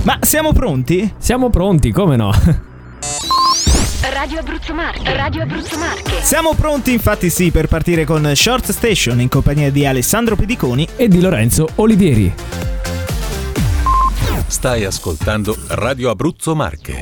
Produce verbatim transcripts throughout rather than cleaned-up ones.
Ma siamo pronti? Siamo pronti, come no? Radio Abruzzo Marche, Radio Abruzzo Marche. Siamo pronti, infatti sì, per partire con Short Station in compagnia di Alessandro Pediconi e di Lorenzo Olivieri. Stai ascoltando Radio Abruzzo Marche.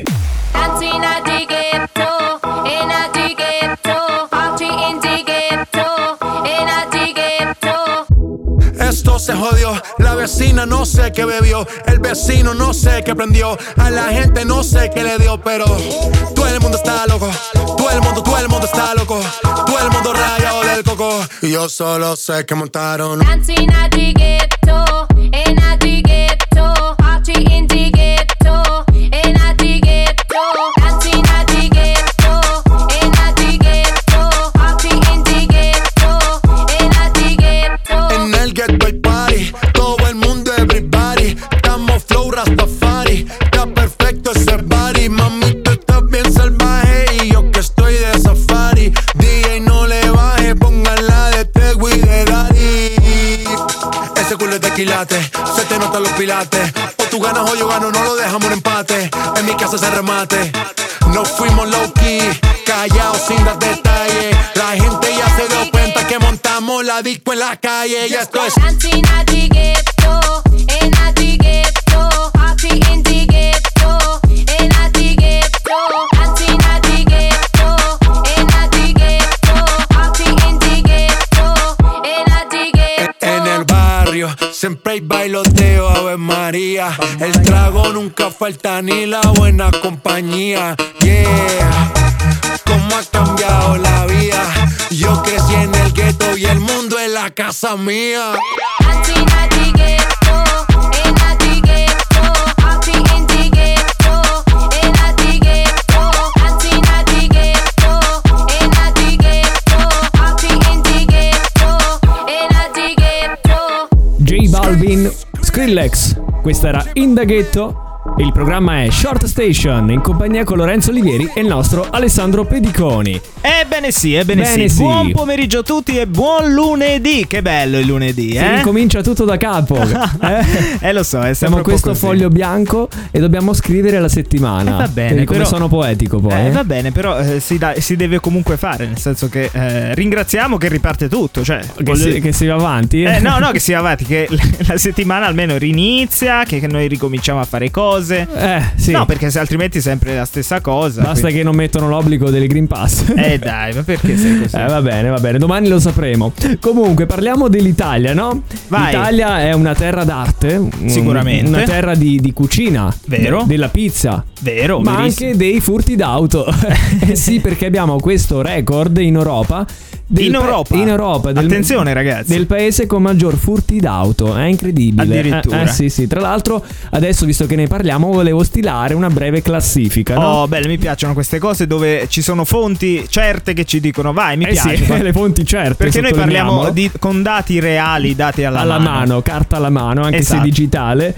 Esto se jodió, la vecina no sé qué bebió, el vecino no sé qué prendió, a la gente no sé qué le dio, pero todo el mundo está loco, todo el mundo, todo el mundo está loco, todo el mundo rayado del coco, y yo solo sé que montaron. Dancing at the ghetto, in at the ghetto, party in the ghetto, in at the ghetto, dancing at the ghetto, in at the ghetto, party in the ghetto, in at the ghetto. En el ghetto hay party, todo el mundo, everybody, estamos flow Rastafari, está perfecto ese body, mami tú estás bien salvaje y yo que estoy de safari, D J no le baje, póngala de Tego y de Daddy. Ese culo es de quilate, se te notan los pilates, o tú ganas o yo gano, no lo dejamos en empate, en mi casa se remate, no fuimos low key, callados sin dar detalles, la gente ya se dio cuenta que montamos la disco en la calle, ya esto es Dancing at the ghetto, in at the ghetto, party in the ghetto, in at the ghetto, dancing at the ghetto, in at the ghetto, party in the ghetto, in at the ghetto. en el barrio, siempre hay bailoteo, Ave María, el trago nunca falta ni la buena compañía, yeah, cómo ha cambiado la vida, yo crecí en el gueto y el mundo es la casa mía. Dancing at the ghetto, in at the ghetto, party in the ghetto, in at the ghetto, dancing at the ghetto, in at the ghetto, party in the ghetto, in at the ghetto. J Balvin, Skrillex. Questa era In The Ghetto. Il programma è Short Station in compagnia con Lorenzo Olivieri e il nostro Alessandro Pediconi. Ebbene sì, ebbene Bene sì. sì. Buon pomeriggio a tutti e buon lunedì. Che bello il lunedì, Si eh? ricomincia tutto da capo. eh? eh lo so, è sempre Siamo un po' questo così. foglio bianco e dobbiamo scrivere la settimana. Eh, va bene, Quindi come però- sono poetico poi. Eh, eh? va bene, però eh, si, da- si deve comunque fare, nel senso che eh, ringraziamo che riparte tutto, cioè Che, voglio- si, che si va avanti. Eh, no, no, che si va avanti, che la settimana almeno rinizia, che, che noi ricominciamo a fare cose. Eh, sì. No, perché se altrimenti è sempre la stessa cosa. Basta quindi- che non mettono l'obbligo delle Green Pass. Eh dai, ma perché sei così? Eh, va bene, va bene, domani lo sapremo. Comunque parliamo dell'Italia, no? Vai. L'Italia è una terra d'arte, un- Sicuramente. una terra di, di cucina, Vero. de- della pizza, Vero, ma verissimo. anche dei furti d'auto. Eh sì, perché abbiamo questo record in Europa. del In pa- Europa? in Europa del, Attenzione, ragazzi. del paese con maggior furti d'auto. È incredibile. Addirittura. Eh, eh, sì, sì. Tra l'altro, adesso visto che ne parliamo, volevo stilare una breve classifica, no? Oh, belle, mi piacciono queste cose dove ci sono fonti certe che ci dicono vai, mi Eh piace. sì, fa- le fonti certe. Perché noi parliamo sottolineiamolo. di, con dati reali, dati alla, alla mano. carta alla mano, anche Esatto. se digitale.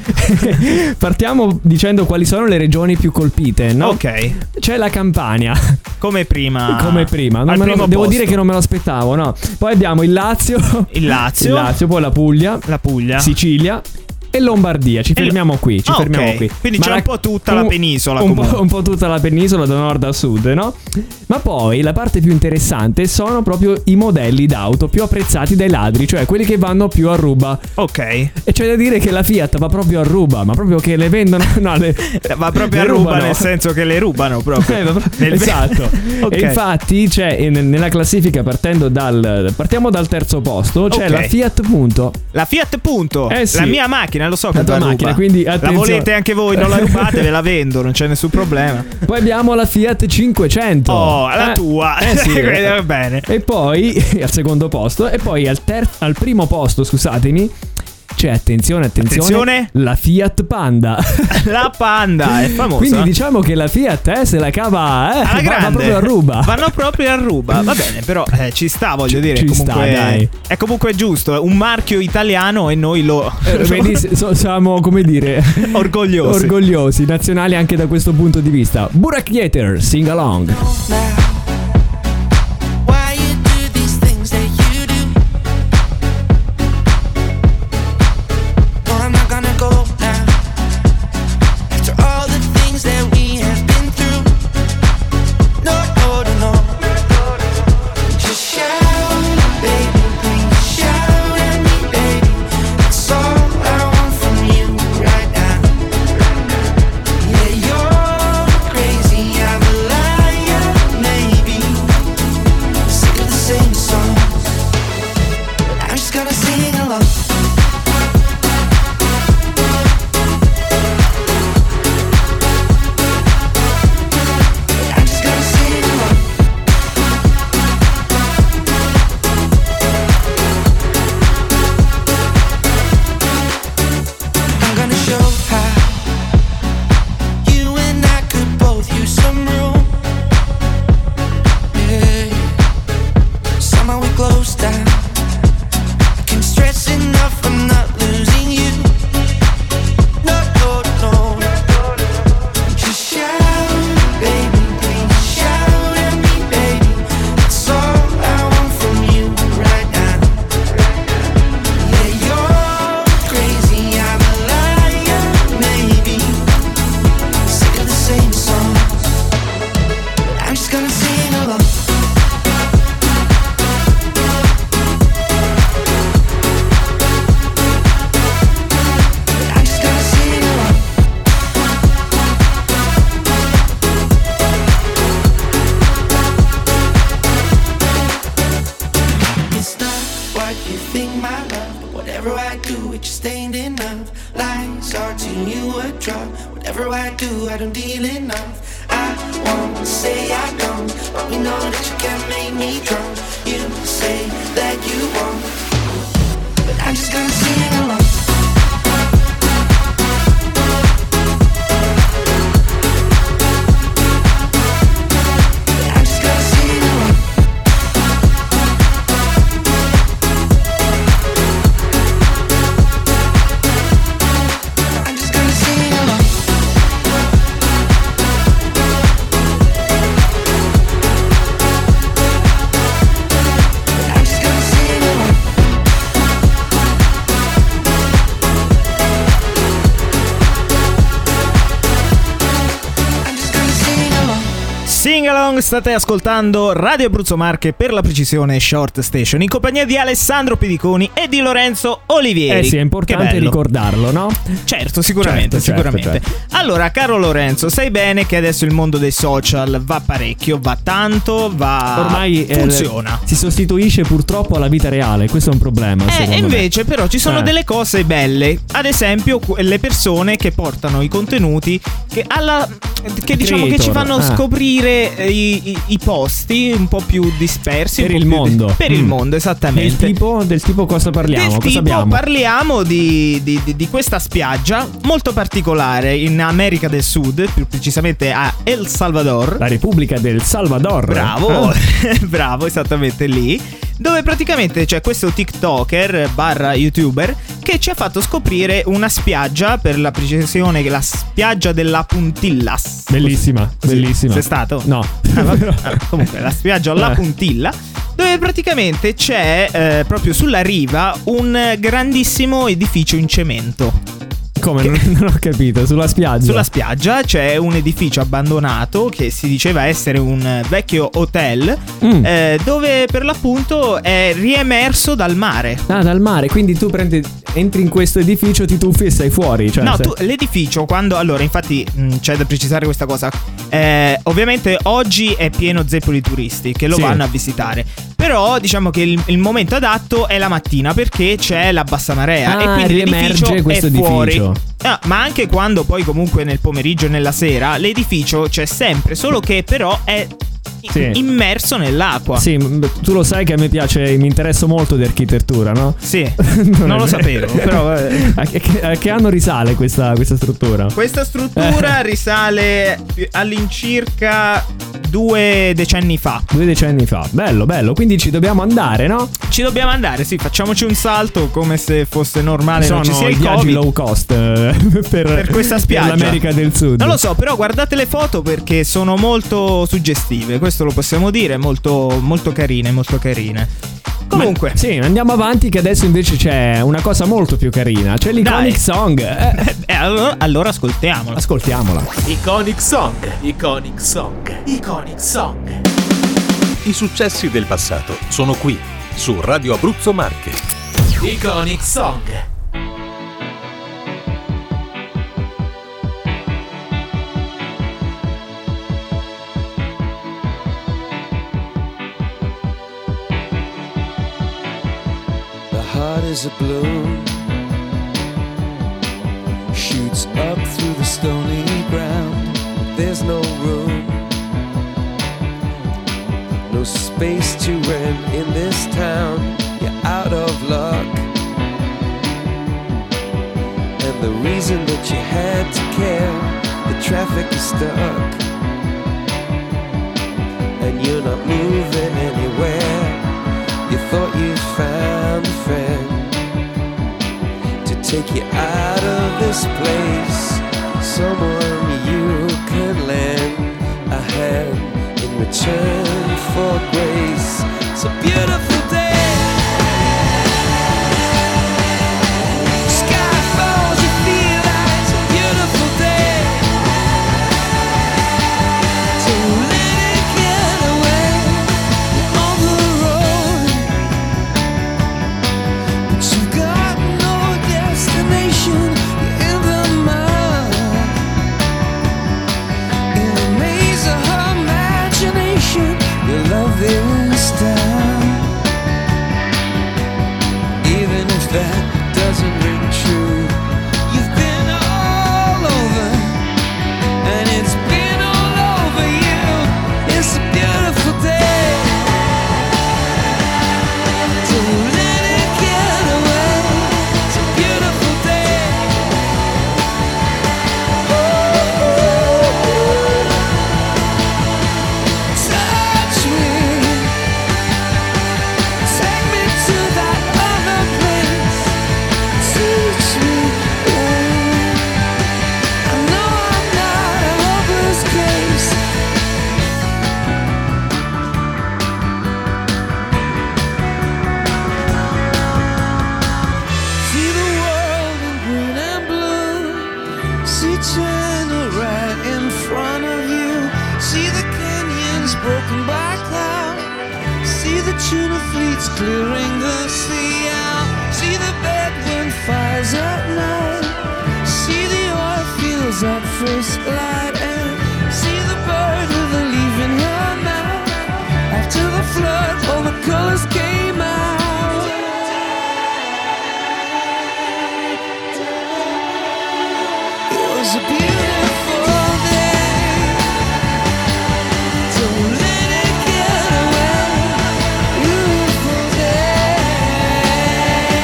Partiamo dicendo quali sono le regioni più colpite, no? Ok, C'è la Campania, come prima. come prima. Non Al me lo- primo devo posto. dire che non me lo aspettavo, no? Poi abbiamo il Lazio, Il Lazio, il Lazio, poi la Puglia, la Puglia. Sicilia e Lombardia. Ci E lo- fermiamo qui, ci Ah, fermiamo ok. qui. Quindi Ma c'è la- un po' tutta la penisola un po', comunque. un po' tutta la penisola da nord a sud, no? Ma poi la parte più interessante sono proprio i modelli d'auto più apprezzati dai ladri, cioè quelli che vanno più a ruba. Ok, E c'è da dire che la Fiat va proprio a ruba, ma proprio che le vendono. No, le, va proprio a le ruba, rubano. nel senso che le rubano proprio. Eh, va pro- Nel- esatto. Ok. E infatti c'è in- nella classifica partendo dal partiamo dal terzo posto c'è Ok. la Fiat Punto. La Fiat Punto, Eh sì. la mia macchina, lo so che La tua va a ruba. macchina, quindi la attenzione. volete anche voi, non la rubate, ve la vendo, non c'è nessun problema. Poi abbiamo la Fiat cinquecento. Oh, la Eh, tua. Eh sì. Quindi va bene. E poi al secondo posto e poi al, ter- al primo posto, scusatemi, c'è attenzione, attenzione, Attenzione. la Fiat Panda. La Panda è famosa. Quindi diciamo che la Fiat eh, se la cava eh, alla va- va, grande. proprio a ruba. Vanno proprio a ruba. Va bene, però eh, ci sta, voglio Ci- dire. ci comunque, sta, dai. È comunque giusto. Un marchio italiano e noi lo. Eh, vedi, so- siamo, come dire, Orgogliosi. orgogliosi, nazionali anche da questo punto di vista. Burak Yeter, Sing Along. Why you do these things that you do? No, I'm not gonna go now. you a drop. Whatever I do, I don't deal enough. I won't say I don't, but we know that you can make me drunk. You say that you won't, but I'm just gonna sing along. Sing along, state ascoltando Radio Abruzzo Marche, per la precisione Short Station, in compagnia di Alessandro Pediconi e di Lorenzo Olivieri. Eh sì, è importante ricordarlo, no? Certo, sicuramente, certo, sicuramente. Certo, certo. Allora, caro Lorenzo, sai bene che adesso il mondo dei social va parecchio, va tanto, va... Ormai funziona. Eh, si sostituisce purtroppo alla vita reale, questo è un problema. Eh, e invece me. però ci sono eh. delle cose belle, ad esempio le persone che portano i contenuti che, alla, che diciamo Creator, che ci fanno eh. scoprire i, i, i posti un po' più dispersi per un po' il più mondo di, per mm. il mondo, esattamente. Del tipo, del tipo cosa parliamo? Del cosa tipo abbiamo? parliamo di, di, di, di questa spiaggia molto particolare in America del Sud, più precisamente a El Salvador, la Repubblica del Salvador. bravo ah. bravo, esattamente lì, dove praticamente c'è questo TikToker barra YouTuber che ci ha fatto scoprire una spiaggia, per la precisione la spiaggia della Puntillas. Bellissima, Così. bellissima. Sei stato? No. Ah, vabbè. Ah, comunque la spiaggia La Eh. Puntilla, dove praticamente c'è eh, proprio sulla riva un grandissimo edificio in cemento. Come? Non, non ho capito. Sulla spiaggia? Sulla spiaggia c'è un edificio abbandonato che si diceva essere un vecchio hotel, Mm. eh, dove per l'appunto è riemerso dal mare. Ah, dal mare. Quindi tu prendi, entri in questo edificio, ti tuffi e stai fuori. Cioè, No, se- tu, l'edificio quando... Allora, infatti mh, c'è da precisare questa cosa. Eh, ovviamente oggi è pieno zeppo di turisti che lo Sì. vanno a visitare. Però diciamo che il, il momento adatto è la mattina, perché c'è la bassa marea Ah, e quindi l'edificio riemerge questo è fuori. edificio. Ah, ma anche quando poi comunque nel pomeriggio e nella sera l'edificio c'è sempre, solo che però è i- Sì. immerso nell'acqua. Sì, m- tu lo sai che a me piace, mi interesso molto di architettura, no? Sì, Non non è lo vero. sapevo, però vabbè. A che, a che anno risale questa, questa struttura? Questa struttura risale all'incirca due decenni fa. Due decenni fa. Bello, bello. Quindi ci dobbiamo andare, no? Ci dobbiamo andare, sì, facciamoci un salto come se fosse normale, non ci Sono sia i il viaggi Covid. low cost eh, per, Per questa spiaggia. per l'America del Sud. Non lo so, però guardate le foto perché sono molto suggestive, questo lo possiamo dire, molto, molto carine, molto carine. Comunque, Ma- sì, andiamo avanti che adesso invece c'è una cosa molto più carina. C'è l'Iconic Dai. Song. Eh, eh, allora, allora ascoltiamola. ascoltiamola. Iconic Song, Iconic Song, Iconic Song. I successi del passato sono qui, su Radio Abruzzo Marche. Iconic Song. The heart is a balloon, shoots up through the stony ground. There's no room, no space to rent in this town. You're out of luck, and the reason that you had to care, the traffic is stuck, and you're not moving anywhere. You thought you found a friend to take you out of this place, someone you could lend a hand in return for grace. It's a beautiful day. Sky falls, you feel like it's a beautiful day. Don't let it get away. You're on the road, but you've got no destination. You're in the mud, in the maze of her imagination. Your love is down. See China right in front of you. See the canyons broken by cloud. See the tuna fleets clearing the sea out. See the Bedouin fires at night. See the oil fields at first light. And see the bird with a leaf in her mouth. After the flood, all the colors came out. It was a beautiful day. Don't let it get away. Beautiful day.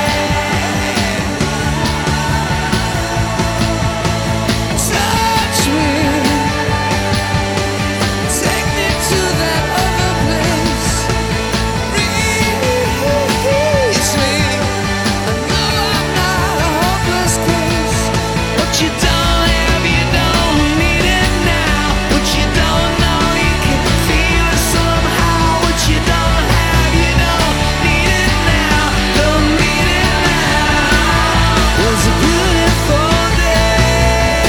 Touch me. Take me to that other place. Release me. I know I'm not a hopeless case. What you don't have, you don't need it now. What you don't know, you can feel it somehow. What you don't have, you don't need it now. Don't need it now. It was a beautiful day.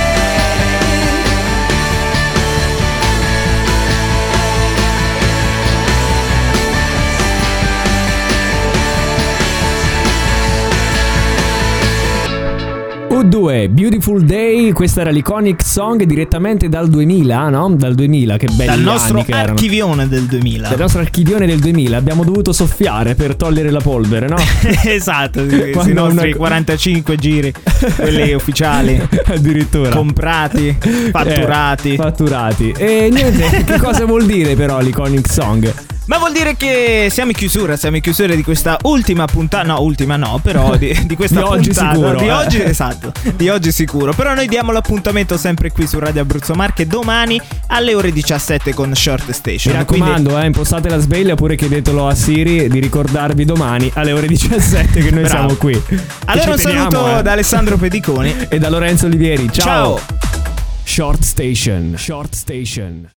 U due, Beautiful Day, questa era l'Iconic Song direttamente dal duemila, no? Dal duemila, che belli Dal nostro anni che erano. archivione del duemila. Dal nostro archivione del duemila abbiamo dovuto soffiare per togliere la polvere, no? Esatto, i Quando nostri una- quarantacinque giri, quelli ufficiali, Addirittura. comprati, fatturati. Eh, fatturati. E niente, che cosa vuol dire però l'Iconic Song? Ma vuol dire che siamo in chiusura, siamo in chiusura di questa ultima puntata, no, ultima no, però di, di questa Di oggi puntata. sicuro, Di eh. oggi, esatto, di oggi sicuro. Però noi diamo l'appuntamento sempre qui su Radio Abruzzo Marche domani alle ore diciassette con Short Station. Mi raccomando, Quindi, eh, impostate la sveglia oppure chiedetelo a Siri di ricordarvi domani alle ore diciassette che noi Bravo. siamo qui. allora Che un ci teniamo, saluto eh. da Alessandro Pediconi. E da Lorenzo Olivieri. Ciao. Ciao. Short Station. Short Station.